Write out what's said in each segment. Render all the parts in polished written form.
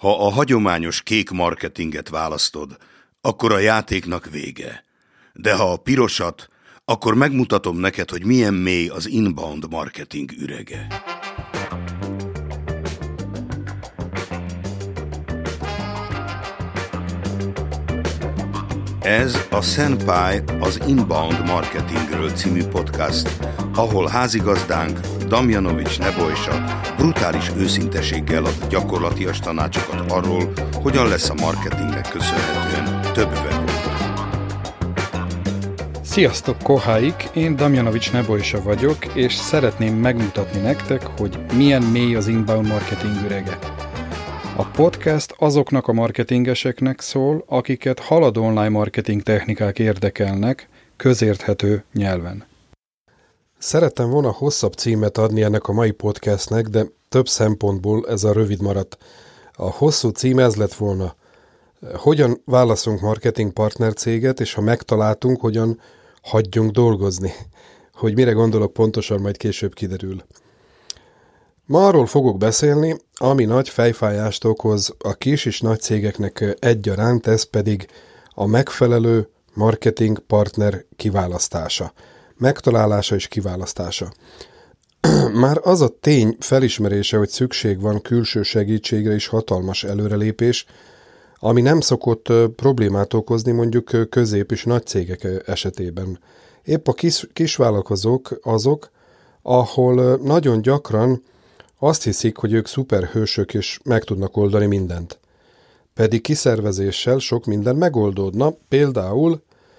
Ha a hagyományos kék marketinget választod, akkor a játéknak vége. De ha a pirosat, akkor megmutatom neked, hogy milyen mély az inbound marketing ürege. Ez a Senpai az Inbound Marketingről című podcast, ahol házigazdánk Damjanovics Nebojsa brutális őszinteséggel ad gyakorlatias tanácsokat arról, hogyan lesz a marketingnek köszönhetően több vevő. Sziasztok, koháik! Én Damjanovics Nebojsa vagyok, és szeretném megmutatni nektek, hogy milyen mély az inbound marketing ürege. A podcast azoknak a marketingeseknek szól, akiket haladó online marketing technikák érdekelnek, közérthető nyelven. Szerettem volna hosszabb címet adni ennek a mai podcastnek, de több szempontból ez a rövid maradt. A hosszú cím ez lett volna: hogyan válaszunk marketing partnercéget, és ha megtaláltunk, hogyan hagyjunk dolgozni. Hogy mire gondolok pontosan, majd később kiderül. Ma arról fogok beszélni, ami nagy fejfájást okoz a kis és nagy cégeknek egyaránt, ez pedig a megfelelő marketing partner kiválasztása. Megtalálása és kiválasztása. Már az a tény felismerése, hogy szükség van külső segítségre is hatalmas előrelépés, ami nem szokott problémát okozni mondjuk közép- és nagy cégek esetében. Épp a kisvállalkozók azok, ahol nagyon gyakran azt hiszik, hogy ők szuperhősök és meg tudnak oldani mindent. Pedig kiszervezéssel sok minden megoldódna, például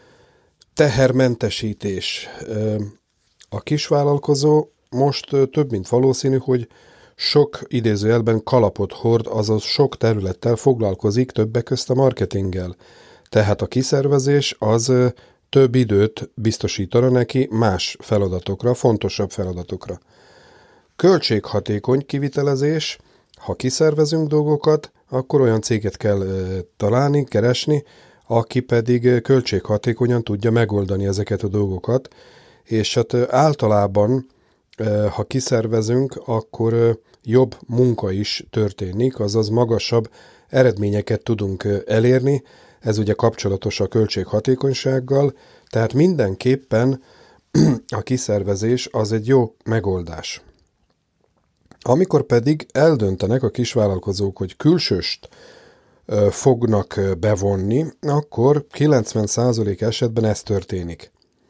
tehermentesítés. A kisvállalkozó most több mint valószínű, hogy sok idézőjelben kalapot hord, azaz sok területtel foglalkozik, többek közt a marketinggel. Tehát a kiszervezés az több időt biztosítana neki más feladatokra, fontosabb feladatokra. Költséghatékony kivitelezés: ha kiszervezünk dolgokat, akkor olyan céget kell találni, keresni, aki pedig költséghatékonyan tudja megoldani ezeket a dolgokat, és hát általában, ha kiszervezünk, akkor jobb munka is történik, azaz magasabb eredményeket tudunk elérni, ez ugye kapcsolatos a költséghatékonysággal, tehát mindenképpen a kiszervezés az egy jó megoldás. Amikor pedig eldöntenek a kisvállalkozók, hogy külsőst fognak bevonni, akkor 90% esetben ez történik.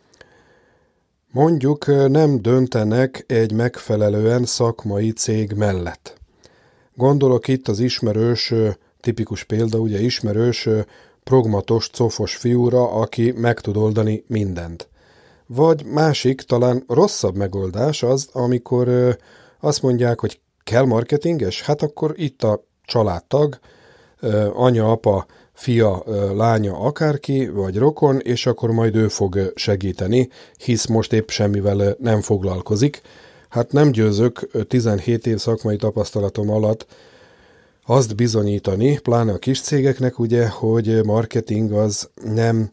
Mondjuk nem döntenek egy megfelelően szakmai cég mellett. Gondolok itt az ismerős, tipikus példa, ugye ismerős, pragmatos, cofos fiúra, aki meg tud oldani mindent. Vagy másik, talán rosszabb megoldás az, amikor azt mondják, hogy kell marketinges? Hát akkor itt a családtag, anya, apa, fia, lánya, akárki, vagy rokon, és akkor majd ő fog segíteni, hisz most épp semmivel nem foglalkozik. Hát nem győzök 17 év szakmai tapasztalatom alatt azt bizonyítani, pláne a kis cégeknek, ugye, hogy marketing az nem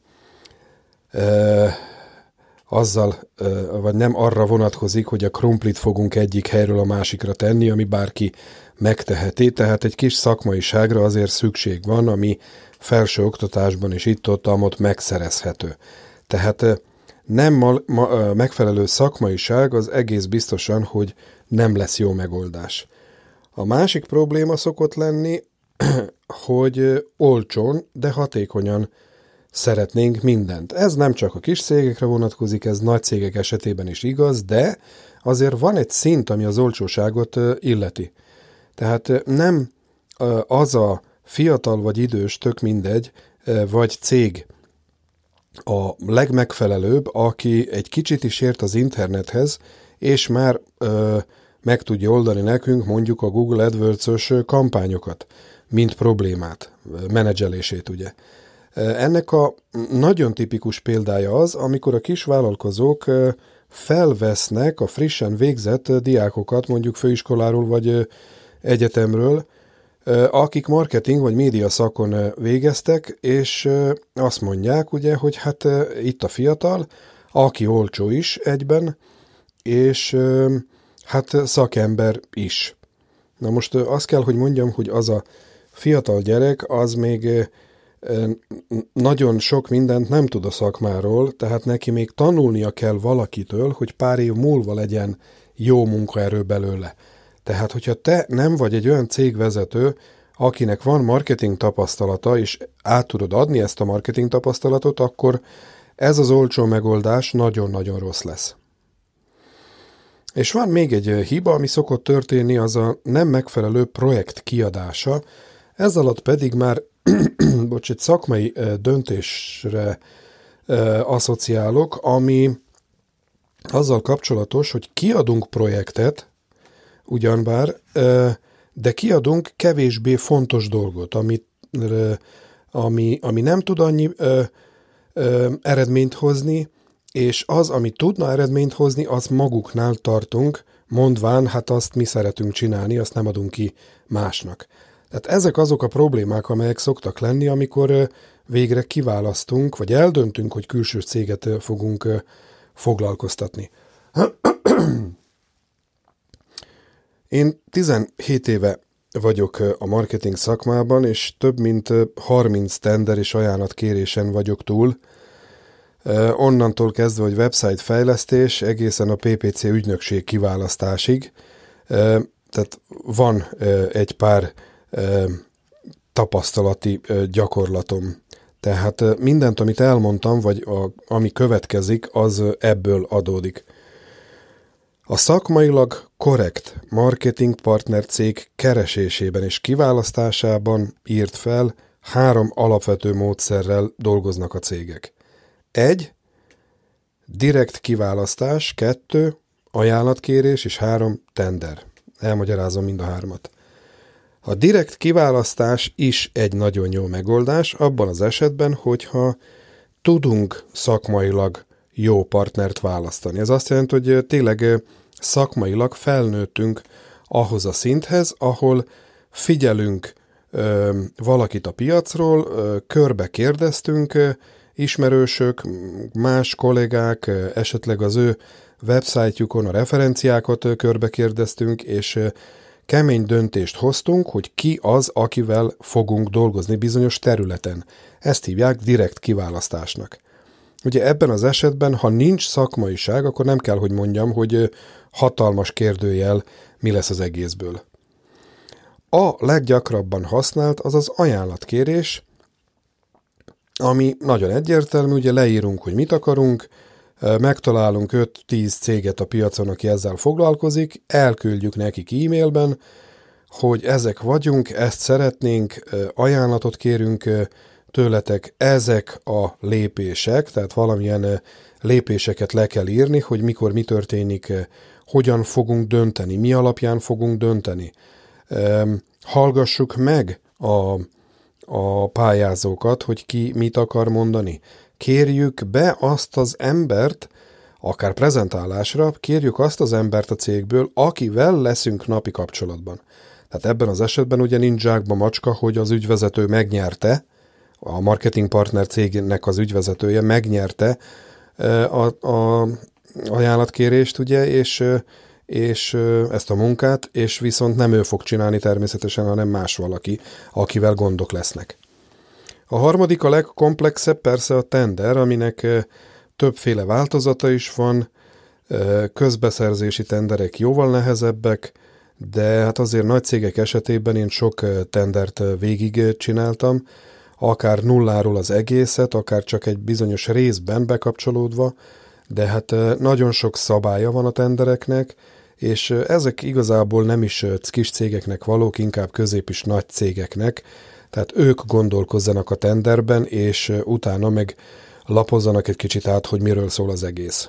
vagy nem arra vonatkozik, hogy a krumplit fogunk egyik helyről a másikra tenni, ami bárki megteheti, tehát egy kis szakmaiságra azért szükség van, ami felső oktatásban és itt-ott megszerezhető. Tehát nem megfelelő szakmaiság az egész biztosan, hogy nem lesz jó megoldás. A másik probléma szokott lenni, hogy olcsón, de hatékonyan szeretnénk mindent. Ez nem csak a kis cégekre vonatkozik, ez nagy cégek esetében is igaz, de azért van egy szint, ami az olcsóságot illeti. Tehát nem az a fiatal vagy idős, tök mindegy, vagy cég a legmegfelelőbb, aki egy kicsit is ért az internethez, és már meg tudja oldani nekünk mondjuk a Google AdWords-ös kampányokat, mint problémát, menedzselését ugye. Ennek a nagyon tipikus példája az, amikor a kisvállalkozók felvesznek a frissen végzett diákokat, mondjuk főiskoláról vagy egyetemről, akik marketing vagy média szakon végeztek, és azt mondják, ugye, hogy hát itt a fiatal, aki olcsó is egyben, és hát szakember is. Na most azt kell, hogy mondjam, hogy az a fiatal gyerek az még nagyon sok mindent nem tud a szakmáról, tehát neki még tanulnia kell valakitől, hogy pár év múlva legyen jó munkaerő belőle. Tehát, hogyha te nem vagy egy olyan cégvezető, akinek van marketing tapasztalata, és át tudod adni ezt a marketing tapasztalatot, akkor ez az olcsó megoldás nagyon-nagyon rossz lesz. És van még egy hiba, ami szokott történni, az a nem megfelelő projekt kiadása, ez alatt pedig már egy szakmai döntésre asszociálok, ami azzal kapcsolatos, hogy kiadunk projektet, ugyanbár, de kiadunk kevésbé fontos dolgot, ami nem tud annyi eredményt hozni, és az, ami tudna eredményt hozni, az maguknál tartunk, mondván, hát azt mi szeretünk csinálni, azt nem adunk ki másnak. Tehát ezek azok a problémák, amelyek szoktak lenni, amikor végre kiválasztunk, vagy eldöntünk, hogy külső céget fogunk foglalkoztatni. Én 17 éve vagyok a marketing szakmában, és több mint 30 tender és ajánlatkérésen vagyok túl. Onnantól kezdve, hogy website fejlesztés, egészen a PPC ügynökség kiválasztásig. Tehát van egy pár tapasztalati gyakorlatom. Tehát mindent, amit elmondtam, vagy ami következik, az ebből adódik. A szakmailag korrekt marketing partner cég keresésében és kiválasztásában írt fel 3 alapvető módszerrel dolgoznak a cégek. 1. Direkt kiválasztás, 2. Ajánlatkérés, és 3. tender. Elmagyarázom mind a 3-at. A direkt kiválasztás is egy nagyon jó megoldás, abban az esetben, hogyha tudunk szakmailag jó partnert választani. Ez azt jelenti, hogy tényleg szakmailag felnőttünk ahhoz a szinthez, ahol figyelünk valakit a piacról, körbe kérdeztünk, ismerősök, más kollégák, esetleg az ő websájtjukon a referenciákat körbe kérdeztünk, és kemény döntést hoztunk, hogy ki az, akivel fogunk dolgozni bizonyos területen. Ezt hívják direkt kiválasztásnak. Ugye ebben az esetben, ha nincs szakmaiság, akkor nem kell, hogy mondjam, hogy hatalmas kérdőjel mi lesz az egészből. A leggyakrabban használt az az ajánlatkérés, ami nagyon egyértelmű, ugye leírunk, hogy mit akarunk, megtalálunk 5-10 céget a piacon, aki ezzel foglalkozik, elküldjük nekik e-mailben, hogy ezek vagyunk, ezt szeretnénk, ajánlatot kérünk tőletek, ezek a lépések, tehát valamilyen lépéseket le kell írni, hogy mikor mi történik, hogyan fogunk dönteni, mi alapján fogunk dönteni. Hallgassuk meg a pályázókat, hogy ki mit akar mondani. Kérjük be azt az embert, akár prezentálásra, kérjük azt az embert a cégből, akivel leszünk napi kapcsolatban. Tehát ebben az esetben ugye nincs zsákba macska, hogy az ügyvezető megnyerte, a marketing partner cégnek az ügyvezetője megnyerte a ajánlatkérést, ugye, és ezt a munkát, és viszont nem ő fog csinálni természetesen, hanem más valaki, akivel gondok lesznek. A harmadik, a legkomplexebb persze a tender, aminek többféle változata is van, közbeszerzési tenderek jóval nehezebbek, de hát azért nagy cégek esetében én sok tendert végig csináltam, akár nulláról az egészet, akár csak egy bizonyos részben bekapcsolódva, de hát nagyon sok szabálya van a tendereknek, és ezek igazából nem is kis cégeknek valók, inkább közép és nagy cégeknek, tehát ők gondolkozzanak a tenderben, és utána meg lapozzanak egy kicsit át, hogy miről szól az egész.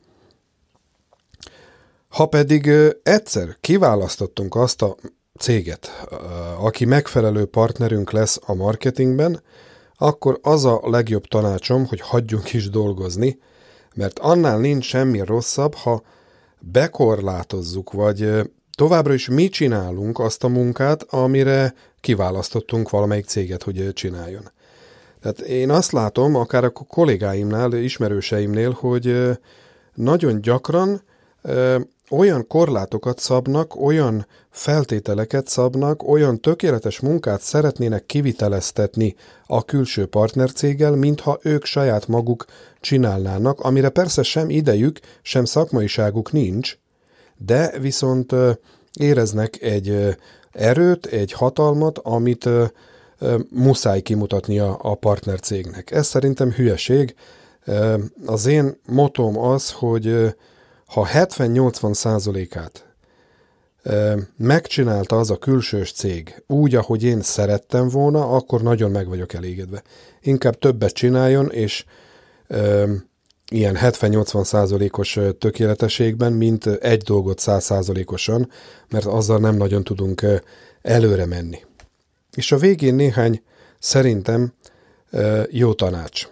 Ha pedig egyszer kiválasztottunk azt a céget, aki megfelelő partnerünk lesz a marketingben, akkor az a legjobb tanácsom, hogy hagyjunk is dolgozni, mert annál nincs semmi rosszabb, ha bekorlátozzuk, vagy továbbra is mi csinálunk azt a munkát, amire kiválasztottunk valamelyik céget, hogy csináljon. Tehát én azt látom, akár a kollégáimnál, ismerőseimnél, hogy nagyon gyakran olyan korlátokat szabnak, olyan feltételeket szabnak, olyan tökéletes munkát szeretnének kiviteleztetni a külső partnercéggel, mintha ők saját maguk csinálnának, amire persze sem idejük, sem szakmaiságuk nincs, de viszont éreznek egy erőt, egy hatalmat, amit muszáj kimutatni a partnercégnek. Ez szerintem hülyeség. Az én motóm az, hogy ha 70-80%-át megcsinálta az a külsős cég úgy, ahogy én szerettem volna, akkor nagyon meg vagyok elégedve. Inkább többet csináljon, és ilyen 70-80%-os tökéletességben, mint egy dolgot 100%-osan, mert azzal nem nagyon tudunk előre menni. És a végén néhány szerintem jó tanács.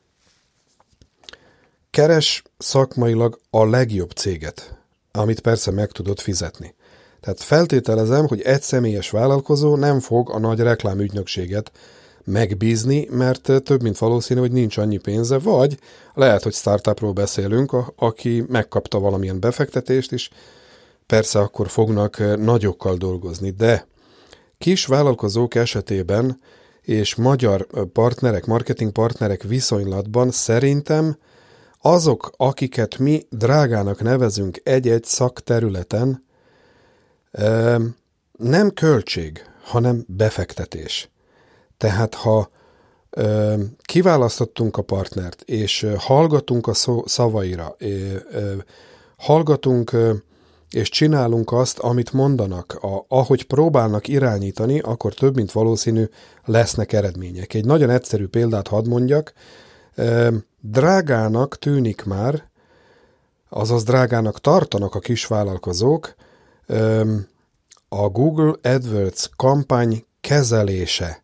Keres szakmailag a legjobb céget, amit persze meg tudod fizetni. Tehát feltételezem, hogy egy személyes vállalkozó nem fog a nagy reklámügynökséget megbízni, mert több mint valószínű, hogy nincs annyi pénze, vagy lehet, hogy startupról beszélünk, aki megkapta valamilyen befektetést, és persze akkor fognak nagyokkal dolgozni. De kis vállalkozók esetében és magyar partnerek, marketing partnerek viszonylatban szerintem azok, akiket mi drágának nevezünk egy-egy szakterületen, nem költség, hanem befektetés. Tehát ha kiválasztottunk a partnert, és hallgatunk a szavaira, hallgatunk és csinálunk azt, amit mondanak, ahogy próbálnak irányítani, akkor több mint valószínű lesznek eredmények. Egy nagyon egyszerű példát hadd mondjak. Drágának tűnik már, azaz drágának tartanak a kisvállalkozók a Google AdWords kampány kezelése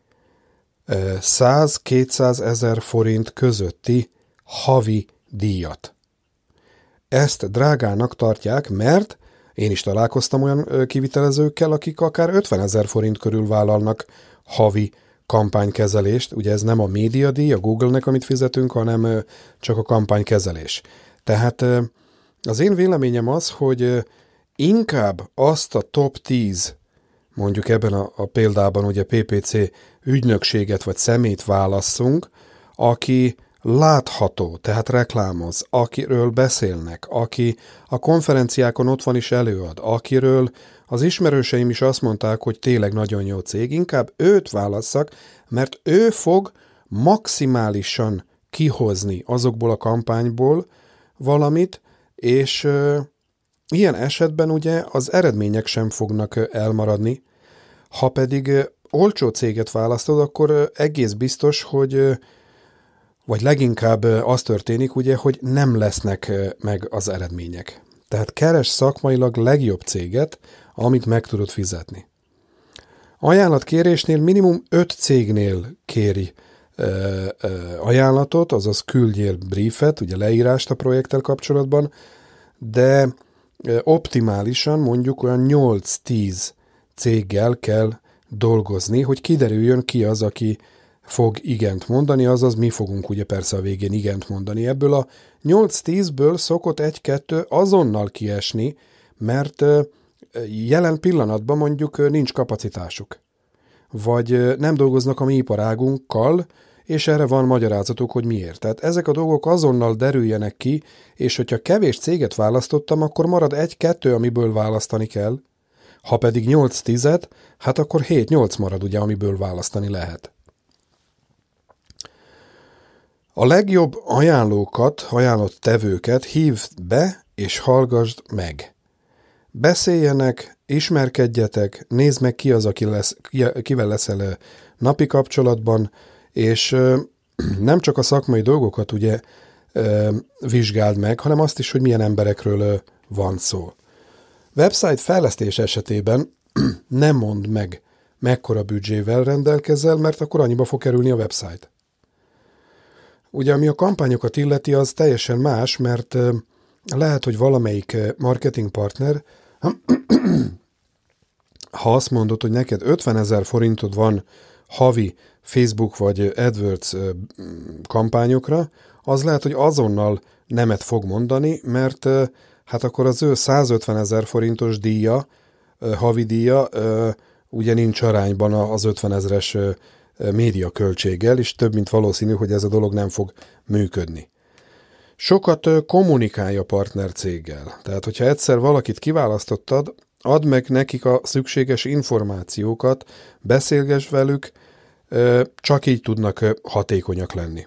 100-200 ezer forint közötti havi díjat. Ezt drágának tartják, mert én is találkoztam olyan kivitelezőkkel, akik akár 50 000 forint körül vállalnak havi kampánykezelést. Ugye ez nem a médiadíj, a Google-nek, amit fizetünk, hanem csak a kampánykezelés. Tehát az én véleményem az, hogy inkább azt a top 10, mondjuk ebben a példában ugye PPC ügynökséget vagy személyt válasszunk, aki látható, tehát reklámoz, akiről beszélnek, aki a konferenciákon ott van is előad, akiről az ismerőseim is azt mondták, hogy tényleg nagyon jó cég, inkább őt válasszak, mert ő fog maximálisan kihozni azokból a kampányból valamit, és ilyen esetben ugye az eredmények sem fognak elmaradni. Ha pedig olcsó céget választod, akkor egész biztos, hogy vagy leginkább az történik, ugye, hogy nem lesznek meg az eredmények. Tehát keres szakmailag legjobb céget, amit meg tudod fizetni. Ajánlatkérésnél minimum 5 cégnél kéri ajánlatot, azaz küldjél briefet, ugye leírást a projekttel kapcsolatban, de optimálisan mondjuk olyan 8-10 céggel kell dolgozni, hogy kiderüljön ki az, aki fog igent mondani, azaz mi fogunk ugye persze a végén igent mondani. Ebből a 8-10-ből szokott 1-2 azonnal kiesni, mert jelen pillanatban mondjuk nincs kapacitásuk. Vagy nem dolgoznak a mi iparágunkkal, és erre van magyarázatuk, hogy miért. Tehát ezek a dolgok azonnal derüljenek ki, és hogyha kevés céget választottam, akkor marad 1-2, amiből választani kell. Ha pedig 8-10-et, hát akkor 7-8 marad ugye, amiből választani lehet. A legjobb ajánlókat, ajánlott tevőket hívd be, és hallgassd meg. Beszéljenek, ismerkedjetek, nézd meg ki az, kivel leszel napi kapcsolatban, és nem csak a szakmai dolgokat ugye vizsgáld meg, hanem azt is, hogy milyen emberekről van szó. Website fejlesztés esetében nem mondd meg, mekkora büdzsével rendelkezel, mert akkor annyiba fog kerülni a website. Ugye, ami a kampányokat illeti, az teljesen más, mert lehet, hogy valamelyik marketing partner, ha azt mondod, hogy neked 50 000 forintod van havi Facebook vagy AdWords kampányokra, az lehet, hogy azonnal nemet fog mondani, mert hát akkor az ő 150 000 forintos díja, havidíja ugye nincs arányban az 50 000-es médiaköltséggel, és több mint valószínű, hogy ez a dolog nem fog működni. Sokat kommunikálj a partner céggel. Tehát, hogyha egyszer valakit kiválasztottad, add meg nekik a szükséges információkat, beszélgess velük, csak így tudnak hatékonyak lenni.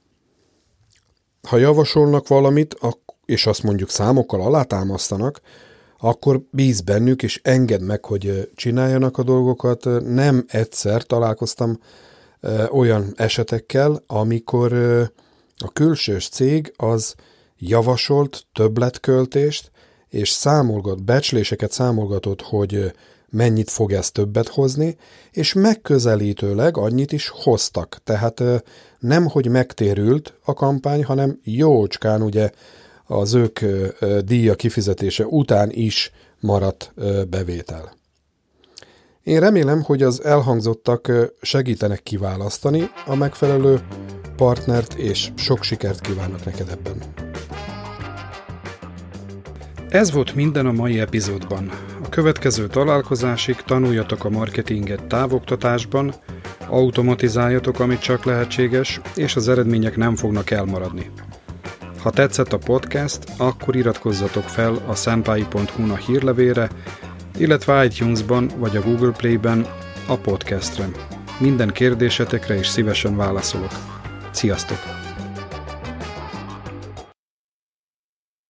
Ha javasolnak valamit, és azt mondjuk számokkal alátámasztanak, akkor bíz bennük, és engedd meg, hogy csináljanak a dolgokat. Nem egyszer találkoztam olyan esetekkel, amikor a külsős cég az javasolt többletköltést, és becsléseket számolgatott, hogy mennyit fog ez többet hozni, és megközelítőleg annyit is hoztak. Tehát nem, hogy megtérült a kampány, hanem jócskán ugye az ők díja kifizetése után is maradt bevétel. Én remélem, hogy az elhangzottak segítenek kiválasztani a megfelelő partnert, és sok sikert kívánok neked ebben. Ez volt minden a mai epizódban. A következő találkozásig tanuljatok a marketinget távoktatásban, automatizáljatok, amit csak lehetséges, és az eredmények nem fognak elmaradni. Ha tetszett a podcast, akkor iratkozzatok fel a senpai.hu-n a hírlevélre, illetve iTunes-ban vagy a Google Play-ben a podcastre. Minden kérdésetekre is szívesen válaszolok. Sziasztok!